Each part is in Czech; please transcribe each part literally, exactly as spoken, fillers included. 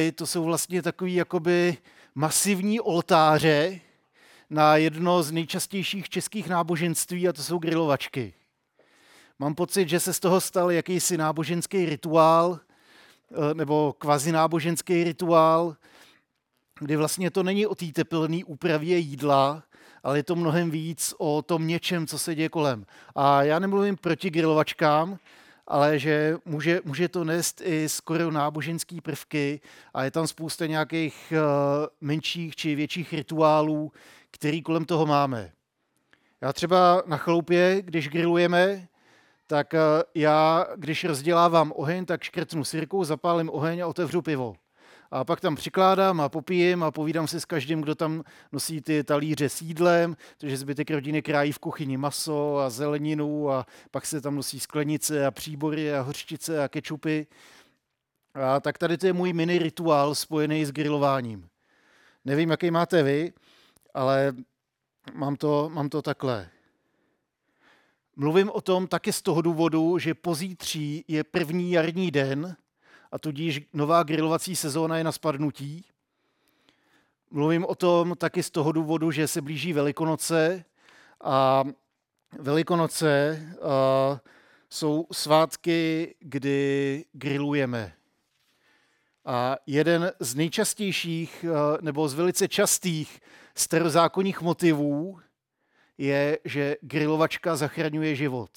grily, to jsou vlastně takový jakoby masivní oltáře na jedno z nejčastějších českých náboženství, a to jsou grilovačky. Mám pocit, že se z toho stal jakýsi náboženský rituál, nebo kvazináboženský rituál, kdy vlastně to není o té tepelné úpravě jídla, ale je to mnohem víc o tom něčem, co se děje kolem. A já nemluvím proti grilovačkám, ale že může, může to nést i skoro náboženský prvky a je tam spousta nějakých uh, menších či větších rituálů, který kolem toho máme. Já třeba na chaloupě, když grillujeme, tak uh, já, když rozdělávám oheň, tak škrtnu sirku, zapálím oheň a otevřu pivo. A pak tam přikládám a popijím a povídám si s každým, kdo tam nosí ty talíře s jídlem, takže zbytek rodiny krájí v kuchyni maso a zeleninu a pak se tam nosí sklenice a příbory a hořčice a kečupy. A tak tady to je můj mini rituál spojený s grilováním. Nevím, jaký máte vy, ale mám to, mám to takhle. Mluvím o tom taky z toho důvodu, že pozítří je první jarní den, a tudíž nová grilovací sezóna je na spadnutí. Mluvím o tom taky z toho důvodu, že se blíží Velikonoce a Velikonoce uh, jsou svátky, kdy grillujeme. A jeden z nejčastějších uh, nebo z velice častých starozákonních motivů je, že grilovačka zachraňuje život.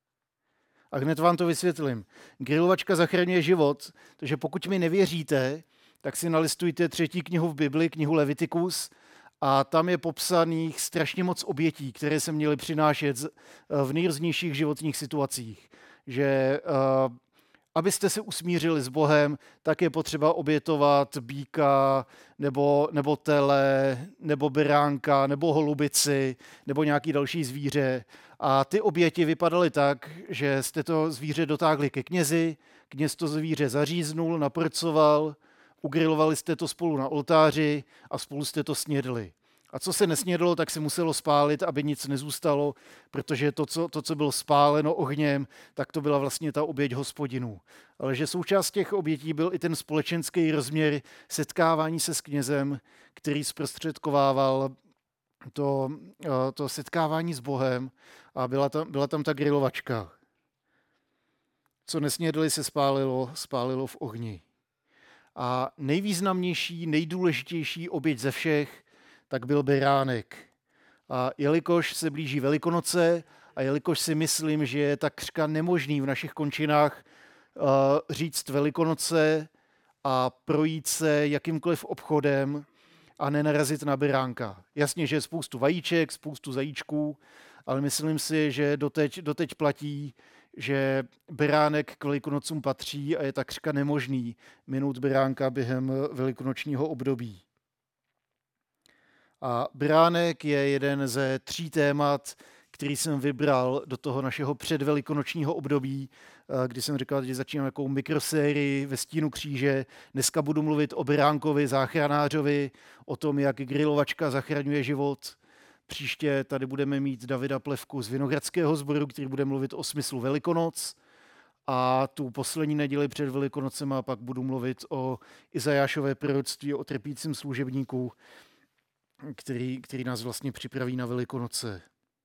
A hned vám to vysvětlím. Grilovačka zachraňuje život, takže pokud mi nevěříte, tak si nalistujte třetí knihu v Bibli, knihu Levitikus, a tam je popsaných strašně moc obětí, které se měly přinášet v nejrůznějších životních situacích. Že uh, abyste se usmířili s Bohem, tak je potřeba obětovat býka, nebo, nebo tele, nebo beránka, nebo holubici, nebo nějaký další zvíře. A ty oběti vypadaly tak, že jste to zvíře dotáhli ke knězi, kněz to zvíře zaříznul, naprcoval, ugrilovali jste to spolu na oltáři a spolu jste to snědli. A co se nesnědlo, tak se muselo spálit, aby nic nezůstalo, protože to, co, to, co bylo spáleno ohněm, tak to byla vlastně ta oběť Hospodinů. Ale že součást těch obětí byl i ten společenský rozměr setkávání se s knězem, který zprostředkovával to, to setkávání s Bohem, a byla tam, byla tam ta grilovačka. Co nesnědli, se spálilo, spálilo v ohni. A nejvýznamnější, nejdůležitější oběť ze všech, tak byl beránek. A jelikož se blíží Velikonoce a jelikož si myslím, že je takřka nemožný v našich končinách uh, říct Velikonoce a projít se jakýmkoliv obchodem a nenarazit na beránka. Jasně, že je spoustu vajíček, spoustu zajíčků, ale myslím si, že doteď, doteď platí, že beránek k Velikonocům patří a je takřka nemožný minout beránka během velikonočního období. A beránek je jeden ze tří témat, který jsem vybral do toho našeho předvelikonočního období, kdy jsem říkal, že začínám nějakou mikrosérii ve stínu kříže. Dneska budu mluvit o beránkovi, záchranářovi, o tom, jak grilovačka zachraňuje život. Příště tady budeme mít Davida Plevku z Vinohradského sboru, který bude mluvit o smyslu Velikonoc. A tu poslední neděli před Velikonocema pak budu mluvit o Izajášové proroctví, o trpícím služebníku, který, který nás vlastně připraví na Velikonoce.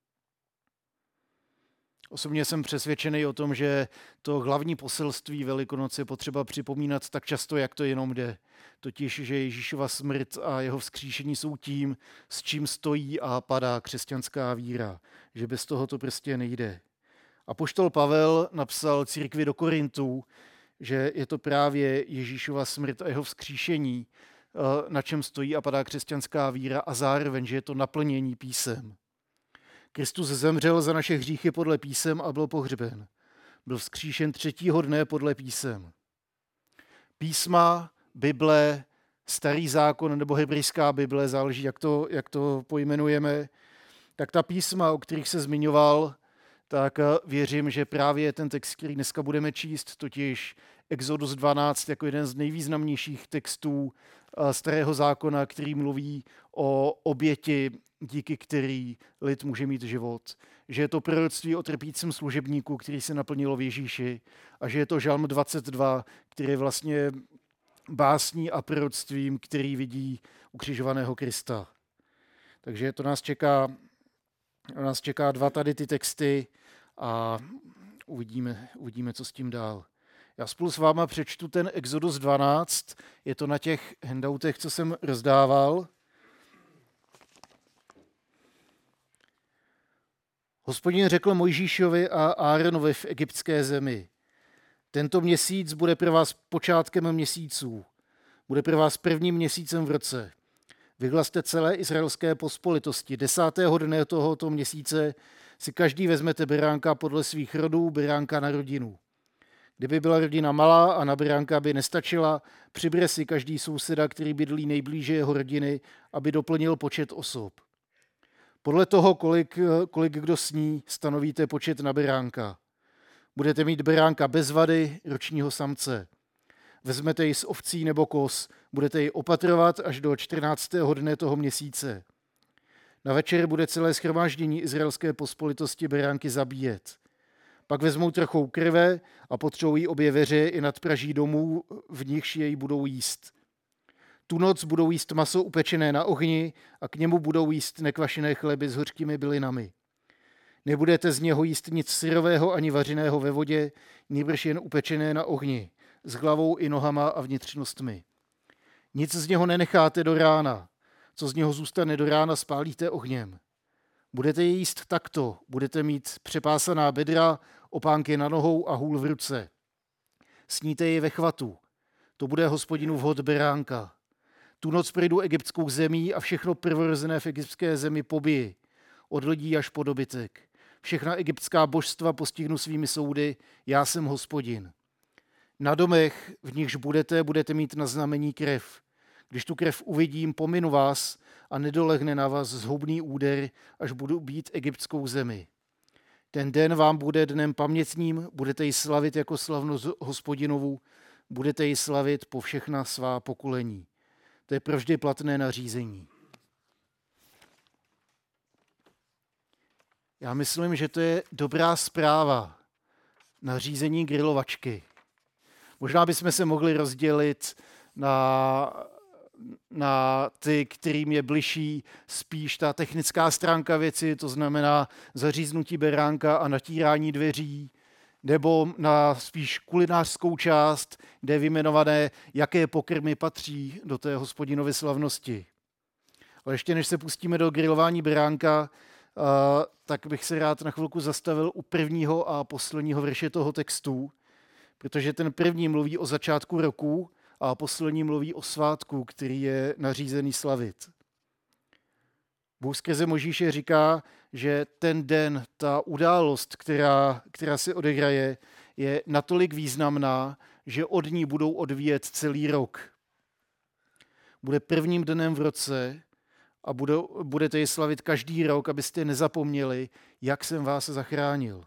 Osobně jsem přesvědčený o tom, že to hlavní poselství Velikonoce je potřeba připomínat tak často, jak to jenom jde. Totiž, že Ježíšova smrt a jeho vzkříšení jsou tím, s čím stojí a padá křesťanská víra. Že bez toho to prostě nejde. Apoštol Pavel napsal církvi do Korintů, že je to právě Ježíšova smrt a jeho vzkříšení, na čem stojí a padá křesťanská víra, a zároveň, že je to naplnění písem. Kristus zemřel za naše hříchy podle písem a byl pohřben. Byl vzkříšen třetího dne podle písem. Písma, Bible, Starý zákon nebo hebrejská Bible, záleží, jak to, jak to pojmenujeme, tak ta písma, o kterých se zmiňoval, tak věřím, že právě ten text, který dneska budeme číst, totiž Exodus dvanáct, jako jeden z nejvýznamnějších textů Starého zákona, který mluví o oběti, díky který lid může mít život. Že je to proroctví o trpícím služebníku, který se naplnilo v Ježíši, a že je to Žalm dvacet dva, který je vlastně básní a proroctvím, který vidí ukřižovaného Krista. Takže to nás čeká, to nás čeká dva tady ty texty a uvidíme, uvidíme, co s tím dál. Já spolu s váma přečtu ten Exodus dvanáct, je to na těch handoutech, co jsem rozdával. Hospodin řekl Mojžíšovi a Áronovi v egyptské zemi: tento měsíc bude pro vás počátkem měsíců, bude pro vás prvním měsícem v roce. Vyhlaste celé izraelské pospolitosti. Desátého dne tohoto měsíce si každý vezmete beránka podle svých rodů, beránka na rodinu. Kdyby byla rodina malá a na beránka by nestačila, přibere si každý souseda, který bydlí nejblíže jeho rodiny, aby doplnil počet osob. Podle toho, kolik, kolik kdo sní, stanovíte počet na beránka. Budete mít beránka bez vady, ročního samce. Vezmete ji z ovcí nebo koz, budete ji opatrovat až do čtrnáctého dne toho měsíce. Na večer bude celé shromáždění izraelské pospolitosti beránky zabíjet. Pak vezmou trochu krve a potřou jí obě veře i nadpraží domů, v nichž jej budou jíst. Tu noc budou jíst maso upečené na ohni a k němu budou jíst nekvašené chleby s hořkými bylinami. Nebudete z něho jíst nic syrového ani vařeného ve vodě, nýbrž jen upečené na ohni, s hlavou i nohama a vnitřnostmi. Nic z něho nenecháte do rána. Co z něho zůstane do rána, spálíte ohněm. Budete je jíst takto, budete mít přepásaná bedra, opánky na nohou a hůl v ruce. Sníte je ve chvatu. To bude Hospodinův hod beránka. Tu noc projdu egyptskou zemí a všechno prvorozené v egyptské zemi pobiji, od lidí až po dobytek. Všechna egyptská božstva postihnu svými soudy, já jsem Hospodin. Na domech, v nichž budete, budete mít na znamení krev. Když tu krev uvidím, pominu vás a nedolehne na vás zhoubný úder, až budu být egyptskou zemi. Ten den vám bude dnem pamětním, budete ji slavit jako slavnost Hospodinovu, budete ji slavit po všechna svá pokolení. To je provždy platné nařízení. Já myslím, že to je dobrá zpráva. Nařízení grilovačky. Možná bychom se mohli rozdělit na, na ty, kterým je bližší spíš ta technická stránka věci, to znamená zaříznutí beránka a natírání dveří, nebo na spíš kulinářskou část, kde je vyjmenované, jaké pokrmy patří do té Hospodinovy slavnosti. Ale ještě než se pustíme do grilování beránka, uh, tak bych se rád na chvilku zastavil u prvního a posledního verše toho textu, protože ten první mluví o začátku roku a poslední mluví o svátku, který je nařízený slavit. Bůh skrze Mojžíše říká, že ten den, ta událost, která, která se odehraje, je natolik významná, že od ní budou odvíjet celý rok. Bude prvním dnem v roce a budou, budete ji slavit každý rok, abyste nezapomněli, jak jsem vás zachránil.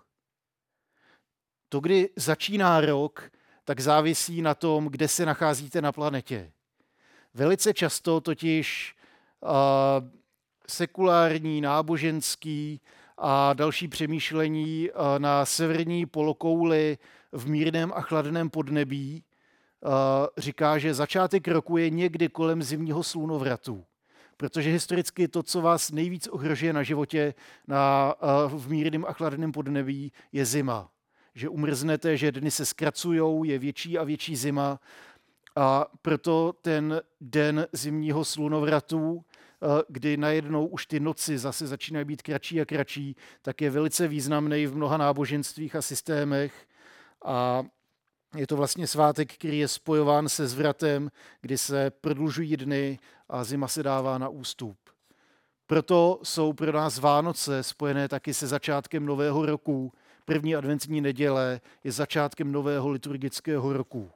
To, kdy začíná rok, tak závisí na tom, kde se nacházíte na planetě. Velice často totiž uh, sekulární, náboženský a další přemýšlení uh, na severní polokouli v mírném a chladném podnebí uh, říká, že začátek roku je někdy kolem zimního slunovratu. Protože historicky to, co vás nejvíc ohrožuje na životě na, uh, v mírném a chladném podnebí, je zima. Že umrznete, že dny se zkracujou, je větší a větší zima a proto ten den zimního slunovratu, kdy najednou už ty noci zase začínají být kratší a kratší, tak je velice významný v mnoha náboženstvích a systémech a je to vlastně svátek, který je spojován se zvratem, kdy se prodlužují dny a zima se dává na ústup. Proto jsou pro nás Vánoce spojené taky se začátkem nového roku. První adventní neděle je začátkem nového liturgického roku.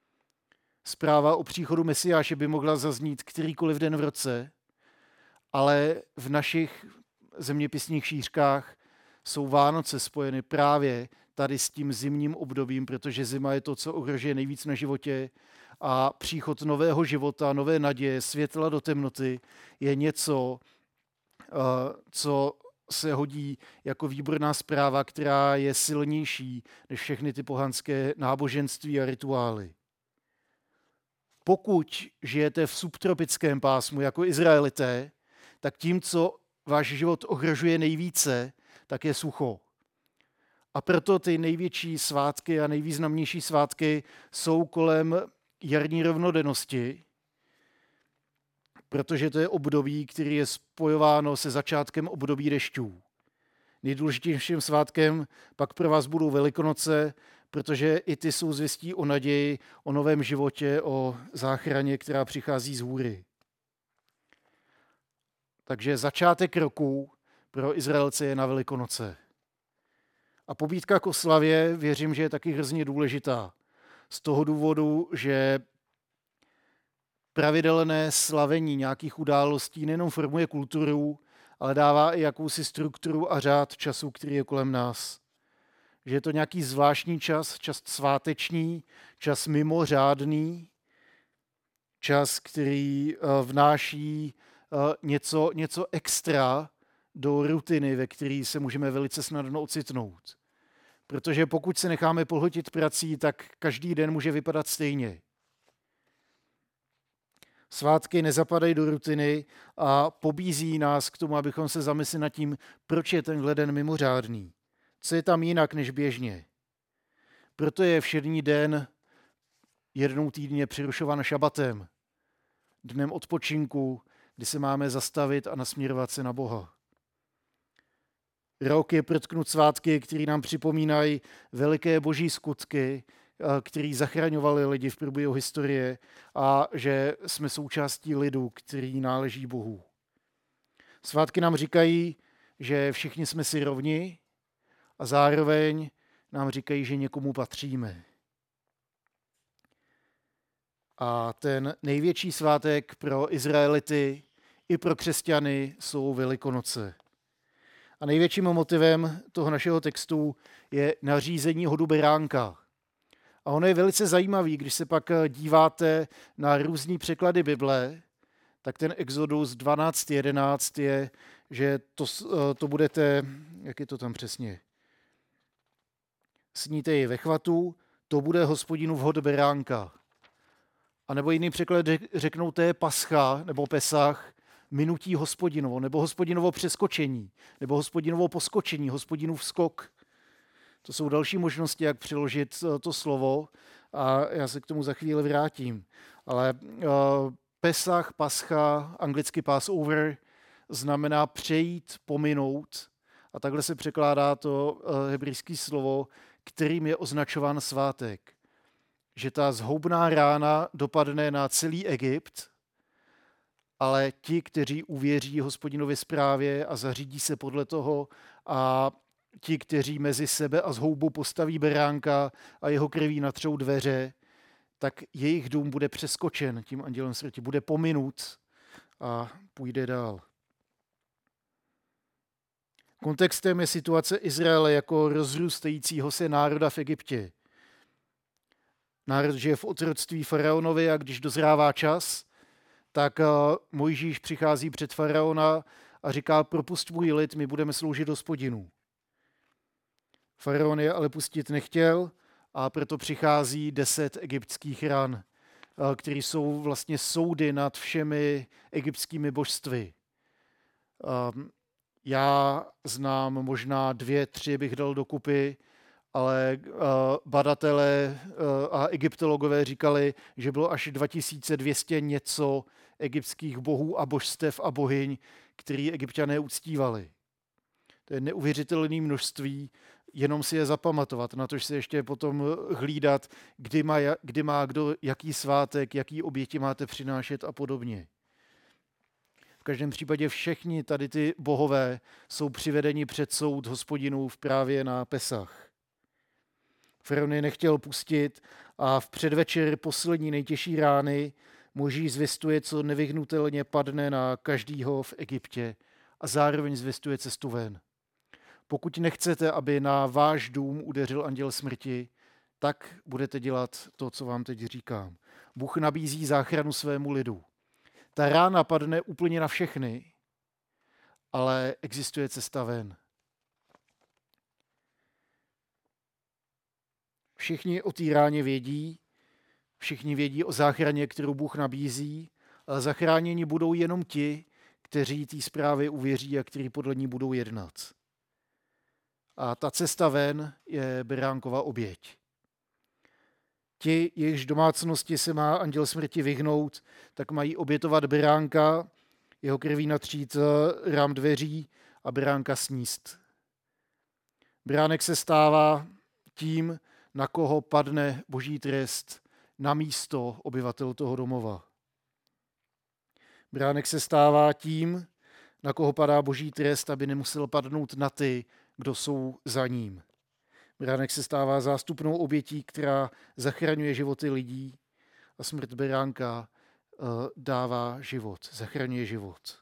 Zpráva o příchodu Mesiáše by mohla zaznít kterýkoliv den v roce, ale v našich zeměpisných šířkách jsou Vánoce spojeny právě tady s tím zimním obdobím, protože zima je to, co ohrožuje nejvíc na životě a příchod nového života, nové naděje, světla do temnoty je něco, co se hodí jako výborná zpráva, která je silnější než všechny ty pohanské náboženství a rituály. Pokud žijete v subtropickém pásmu jako Izraelité, tak tím, co váš život ohrožuje nejvíce, tak je sucho. A proto ty největší svátky a nejvýznamnější svátky jsou kolem jarní rovnodennosti, protože to je období, který je spojováno se začátkem období dešťů. Nejdůležitějším svátkem pak pro vás budou Velikonoce, protože i ty jsou zvěstí o naději, o novém životě, o záchraně, která přichází z hůry. Takže začátek roku pro Izraelce je na Velikonoce. A pobídka k oslavě věřím, že je taky hrozně důležitá. Z toho důvodu, že pravidelné slavení nějakých událostí nejenom formuje kulturu, ale dává i jakousi strukturu a řád času, který je kolem nás. Že je to nějaký zvláštní čas, čas sváteční, čas mimořádný, čas, který vnáší něco, něco extra do rutiny, ve které se můžeme velice snadno ocitnout. Protože pokud se necháme pohltit prací, tak každý den může vypadat stejně. Svátky nezapadají do rutiny a pobízí nás k tomu, abychom se zamysleli nad tím, proč je tenhle den mimořádný. Co je tam jinak než běžně. Proto je všední den jednou týdně přerušován šabatem, dnem odpočinku, kdy se máme zastavit a nasměrovat se na Boha. Rok je protknut svátky, které nám připomínají veliké boží skutky, který zachraňovali lidi v průběhu historie a že jsme součástí lidu, který náleží Bohu. Svátky nám říkají, že všichni jsme si rovni a zároveň nám říkají, že někomu patříme. A ten největší svátek pro Izraelity i pro křesťany jsou Velikonoce. A největším motivem toho našeho textu je nařízení hodu beránka. A ono je velice zajímavý, když se pak díváte na různý překlady Bible, tak ten Exodus dvanáct jedenáct je, že to, to budete, jak je to tam přesně, sníte ji ve chvatu, to bude Hospodinův hod beránka. A nebo jiný překlad řeknou, to je pascha nebo pesach, minutí Hospodinovo, nebo Hospodinovo přeskočení, nebo Hospodinovo poskočení, Hospodinův skok. To jsou další možnosti, jak přeložit to slovo a já se k tomu za chvíli vrátím. Ale uh, Pesach, pascha, anglicky Passover, znamená přejít, pominout. A takhle se překládá to uh, hebrejské slovo, kterým je označován svátek. Že ta zhoubná rána dopadne na celý Egypt, ale ti, kteří uvěří Hospodinově správě a zařídí se podle toho a ti, kteří mezi sebe a zhoubu postaví beránka a jeho krví natřou dveře, tak jejich dům bude přeskočen tím andělem smrti, bude pominut a půjde dál. Kontextem je situace Izraele jako rozrůstajícího se národa v Egyptě. Národ žije v otroctví faraonovi a když dozrává čas, tak Mojžíš přichází před faraona a říká, propusť můj lid, my budeme sloužit Hospodinu. Faraon je ale pustit nechtěl a proto přichází deset egyptských ran, které jsou vlastně soudy nad všemi egyptskými božstvy. Já znám možná dvě, tři bych dal dokupy, ale badatelé a egyptologové říkali, že bylo až dva tisíce dvě stě něco egyptských bohů a božstev a bohyň, který Egypťané uctívali. To je neuvěřitelné množství, jenom si je zapamatovat, na to, že se ještě potom hlídat, kdy má, kdy má kdo, jaký svátek, jaký oběti máte přinášet a podobně. V každém případě všichni tady ty bohové jsou přivedeni před soud Hospodinův právě na Pesach. Faraon je nechtěl pustit a v předvečer poslední nejtěžší rány Mojžíš zvestuje, co nevyhnutelně padne na každýho v Egyptě a zároveň zvestuje cestu ven. Pokud nechcete, aby na váš dům udeřil anděl smrti, tak budete dělat to, co vám teď říkám. Bůh nabízí záchranu svému lidu. Ta rána padne úplně na všechny, ale existuje cesta ven. Všichni o té ráně vědí, Všichni vědí o záchraně, kterou Bůh nabízí, ale zachráněni budou jenom ti, kteří té zprávy uvěří a kteří podle ní budou jednat. A ta cesta ven je beránkova oběť. Ti, jejichž domácnosti se má anděl smrti vyhnout, tak mají obětovat beránka, jeho krví natřít rám dveří a beránka sníst. Beránek se stává tím, na koho padne boží trest na místo obyvatel toho domova. Beránek se stává tím, na koho padá boží trest, aby nemusel padnout na ty, kdo jsou za ním. Beránek se stává zástupnou obětí, která zachraňuje životy lidí a smrt beránka uh, dává život, zachraňuje život.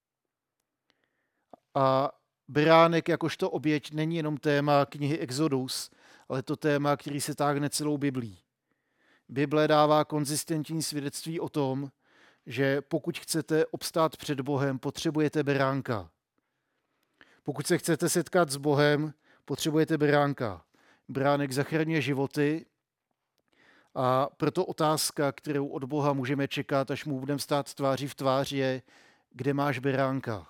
A beránek jakožto oběť není jenom téma knihy Exodus, ale to téma, který se táhne celou Biblí. Bible dává konzistentní svědectví o tom, že pokud chcete obstát před Bohem, potřebujete beránka. Pokud se chcete setkat s Bohem, potřebujete beránka. Beránek zachraňuje životy a proto otázka, kterou od Boha můžeme čekat, až mu budeme stát tváří v tvář, je, kde máš beránka.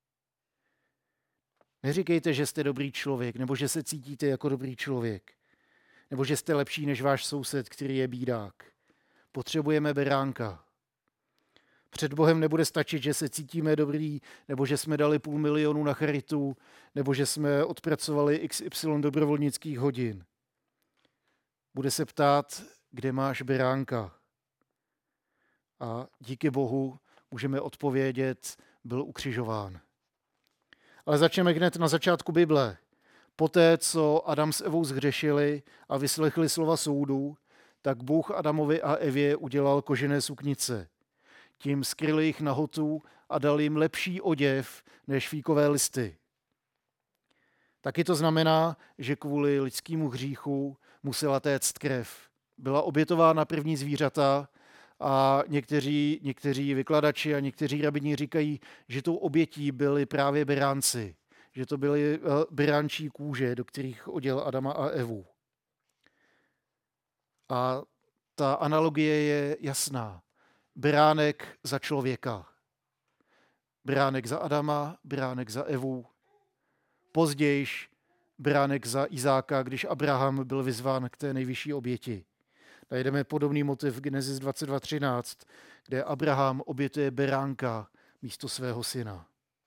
Neříkejte, že jste dobrý člověk, nebo že se cítíte jako dobrý člověk, nebo že jste lepší než váš soused, který je bídák. Potřebujeme beránka. Před Bohem nebude stačit, že se cítíme dobrý, nebo že jsme dali půl milionu na charitu, nebo že jsme odpracovali iks ypsilon dobrovolnických hodin. Bude se ptát, kde máš beránka. A díky Bohu můžeme odpovědět, byl ukřižován. Ale začneme hned na začátku Bible. Poté, co Adam s Evou zhřešili a vyslechli slova soudu, tak Bůh Adamovi a Evě udělal kožené suknice. Tím skryl jejich nahotu a dal jim lepší oděv než fíkové listy. Taky to znamená, že kvůli lidskému hříchu musela téct krev. Byla obětována první zvířata a někteří, někteří vykladači a někteří rabini říkají, že tou obětí byli právě beránci, že to byly beránčí kůže, do kterých oděl Adama a Evu. A ta analogie je jasná. Beránek za člověka. Beránek za Adama, beránek za Evu. Pozdějiš beránek za Izáka, když Abraham byl vyzván k té nejvyšší oběti. Najdeme podobný motiv v Genesis dvacet dva třináct, kde Abraham obětuje beránka místo svého syna.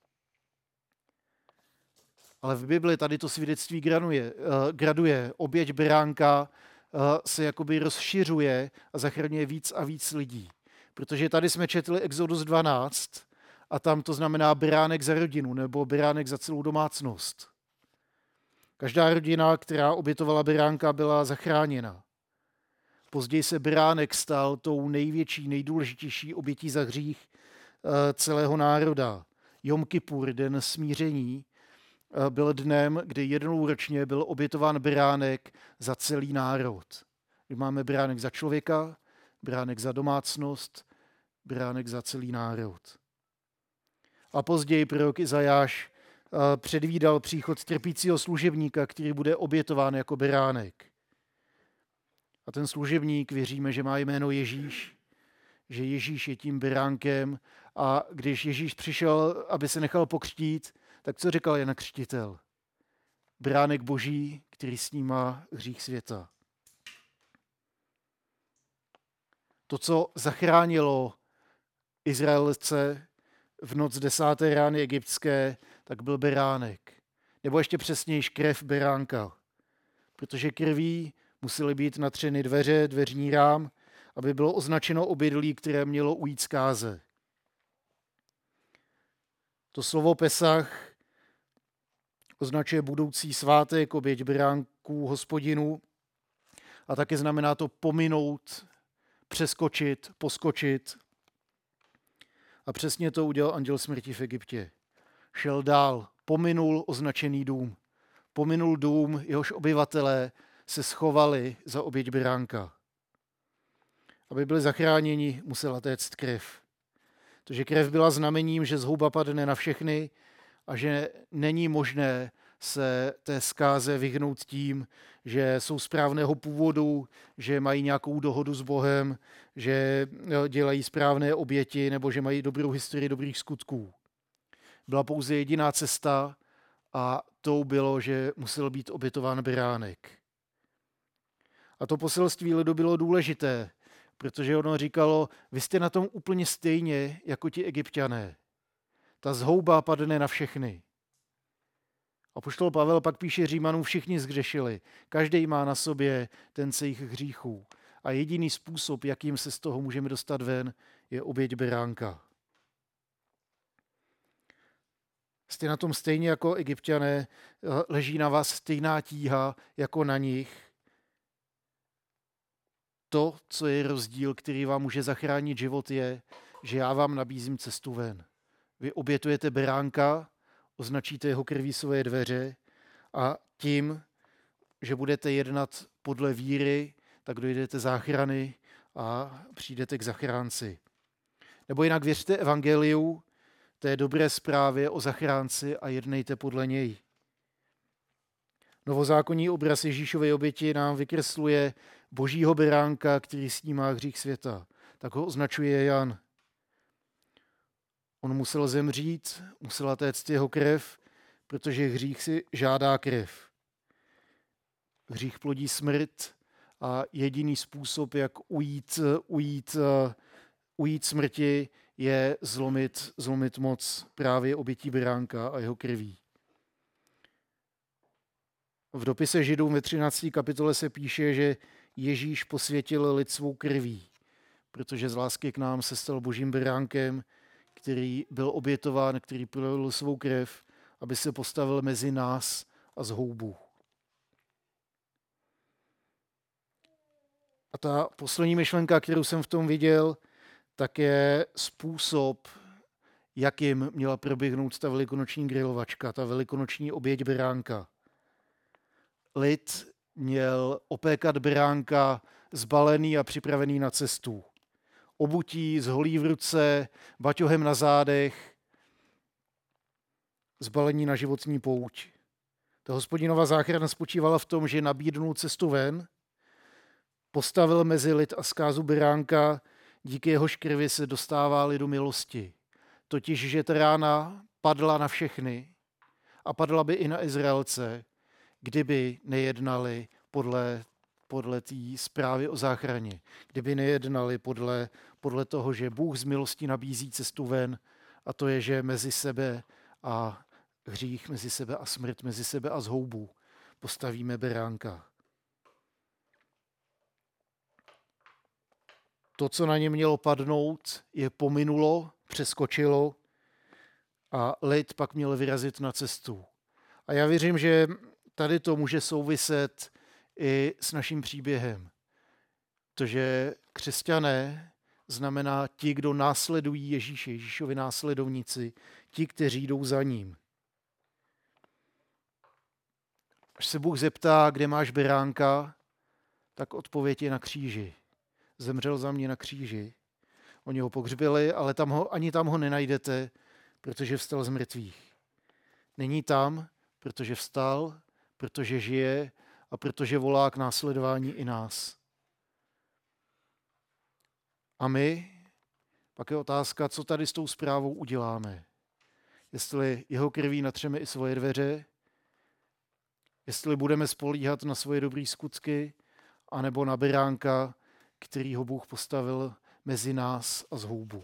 Ale v Bibli tady to svědectví graduje. graduje. Oběť beránka se jakoby rozšiřuje a zachraňuje víc a víc lidí. Protože tady jsme četli Exodus dvanáct a tam to znamená beránek za rodinu nebo beránek za celou domácnost. Každá rodina, která obětovala beránka, byla zachráněna. Později se beránek stal tou největší, nejdůležitější obětí za hřích celého národa. Jom Kipur, den smíření, byl dnem, kdy jednou ročně byl obětován beránek za celý národ. Kdy máme beránek za člověka, beránek za domácnost, beránek za celý národ. A později prorok Izajáš předvídal příchod trpícího služebníka, který bude obětován jako beránek. A ten služebník, věříme, že má jméno Ježíš, že Ježíš je tím beránkem a když Ježíš přišel, aby se nechal pokřtít, tak co říkal Jan Křtitel? Beránek Boží, který snímá hřích světa. To, co zachránilo Izraelce v noc desáté rány egyptské, tak byl beránek. Nebo ještě přesnější krev beránka. Protože krví musely být natřeny dveře, dveřní rám, aby bylo označeno obydlí, které mělo ujít zkáze. To slovo Pesach označuje budoucí svátek, oběť beránků Hospodinu a také znamená to pominout, přeskočit, poskočit. A přesně to udělal anděl smrti v Egyptě. Šel dál, pominul označený dům. Pominul dům, jehož obyvatelé se schovali za oběť beránka. Aby byli zachráněni, musela téct krev. Protože krev byla znamením, že zhuba padne na všechny a že není možné se té zkáze vyhnout tím, že jsou správného původu, že mají nějakou dohodu s Bohem, že dělají správné oběti nebo že mají dobrou historii dobrých skutků. Byla pouze jediná cesta a tou bylo, že musel být obětován beránek. A to poselství lidu bylo důležité, protože ono říkalo, vy jste na tom úplně stejně jako ti Egypťané. Ta zhouba padne na všechny. Apoštol Pavel pak píše Římanům, všichni zhřešili. Každý má na sobě ten se jich hříchů. A jediný způsob, jakým se z toho můžeme dostat ven, je oběť beránka. Jste na tom stejně jako Egypťané, leží na vás stejná tíha jako na nich. To, co je rozdíl, který vám může zachránit život, je, že já vám nabízím cestu ven. Vy obětujete beránka, označíte jeho krví svoje dveře a tím, že budete jednat podle víry, tak dojdete záchrany a přijdete k zachránci. Nebo jinak věřte evangeliu, té dobré zprávě o zachránci a jednejte podle něj. Novozákonní obraz Ježíšovy oběti nám vykresluje božího beránka, který snímá hřích světa. Tak ho označuje Jan. On musel zemřít, musela téct jeho krev, protože hřích si žádá krev. Hřích plodí smrt a jediný způsob, jak ujít, ujít, ujít smrti, je zlomit, zlomit moc právě obětí beránka a jeho krví. V dopise Židům ve třinácté kapitole se píše, že Ježíš posvětil lid svou krví, protože z lásky k nám se stal božím beránkem, který byl obětován, který prolil svou krev, aby se postavil mezi nás a zhoubu. A ta poslední myšlenka, kterou jsem v tom viděl, tak je způsob, jakým měla proběhnout ta velikonoční grilovačka, ta velikonoční oběť beránka. Lid měl opékat beránka zbalený a připravený na cestu. Obutí, s holí v ruce, baťohem na zádech, zbalení na životní pouť. Ta Hospodinova záchrana spočívala v tom, že nabídnul cestu ven, postavil mezi lid a zkázu beránka, díky jehož krvi se dostává lidu milosti. Totiž, že ta rána padla na všechny a padla by i na Izraelce, kdyby nejednali podle, podle té zprávy o záchraně. Kdyby nejednali podle, podle toho, že Bůh z milosti nabízí cestu ven, a to je, že mezi sebe a hřích, mezi sebe a smrt, mezi sebe a zhoubu postavíme beránka. To, co na ně mělo padnout, je pominulo, přeskočilo a lid pak měl vyrazit na cestu. A já věřím, že tady to může souviset i s naším příběhem. To, že křesťané znamená ti, kdo následují Ježíše, Ježíšovi následovníci, ti, kteří jdou za ním. Až se Bůh zeptá, kde máš beránka, tak odpověď je na kříži. Zemřel za mě na kříži. Oni ho pohřbili, ale tam ho, ani tam ho nenajdete, protože vstal z mrtvých. Není tam, protože vstal, protože žije a protože volá k následování i nás. A my, pak je otázka, co tady s tou zprávou uděláme. Jestli jeho krví natřeme i svoje dveře, jestli budeme spolíhat na svoje dobré skutky, anebo na beránka, který ho Bůh postavil mezi nás a zhoubu.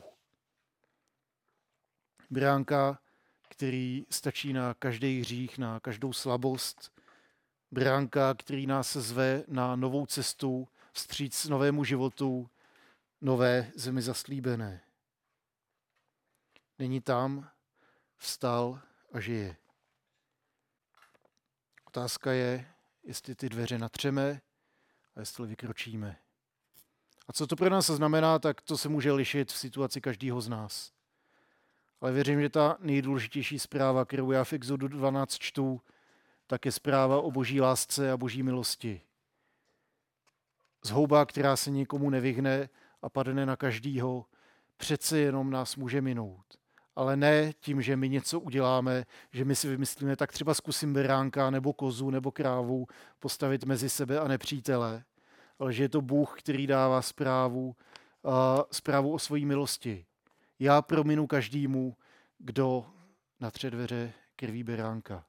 Beránka, který stačí na každý hřích, na každou slabost. Beránka, který nás zve na novou cestu, vstříc novému životu, nové zemi zaslíbené. Není tam, vstal a žije. Otázka je, jestli ty dveře natřeme a jestli vykročíme. A co to pro nás znamená, tak to se může lišit v situaci každého z nás. Ale věřím, že ta nejdůležitější zpráva, kterou já v Exodu dvanáct čtu, tak je zpráva o boží lásce a boží milosti. Zhouba, která se nikomu nevyhne a padne na každýho, přece jenom nás může minout. ale ne tím, že my něco uděláme, že my si vymyslíme, tak třeba zkusím beránka nebo kozu nebo krávu postavit mezi sebe a nepřítele, ale že je to Bůh, který dává zprávu, uh, zprávu o svojí milosti. Já prominu každému, kdo natře dveře krví beránka.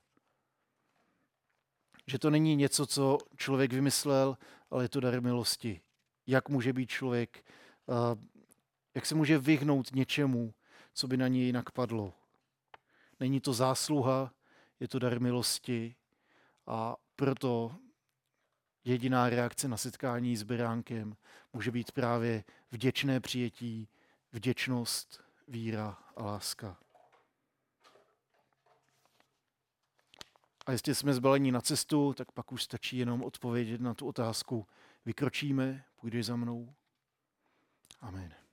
Že to není něco, co člověk vymyslel, ale je to dar milosti. Jak může být člověk, uh, jak se může vyhnout něčemu, co by na něj jinak padlo. Není to zásluha, je to dar milosti a proto jediná reakce na setkání s beránkem může být právě vděčné přijetí, vděčnost, víra a láska. A jestli jsme zbalení na cestu, tak pak už stačí jenom odpovědět na tu otázku. Vykročíme, půjdeš za mnou? Amen.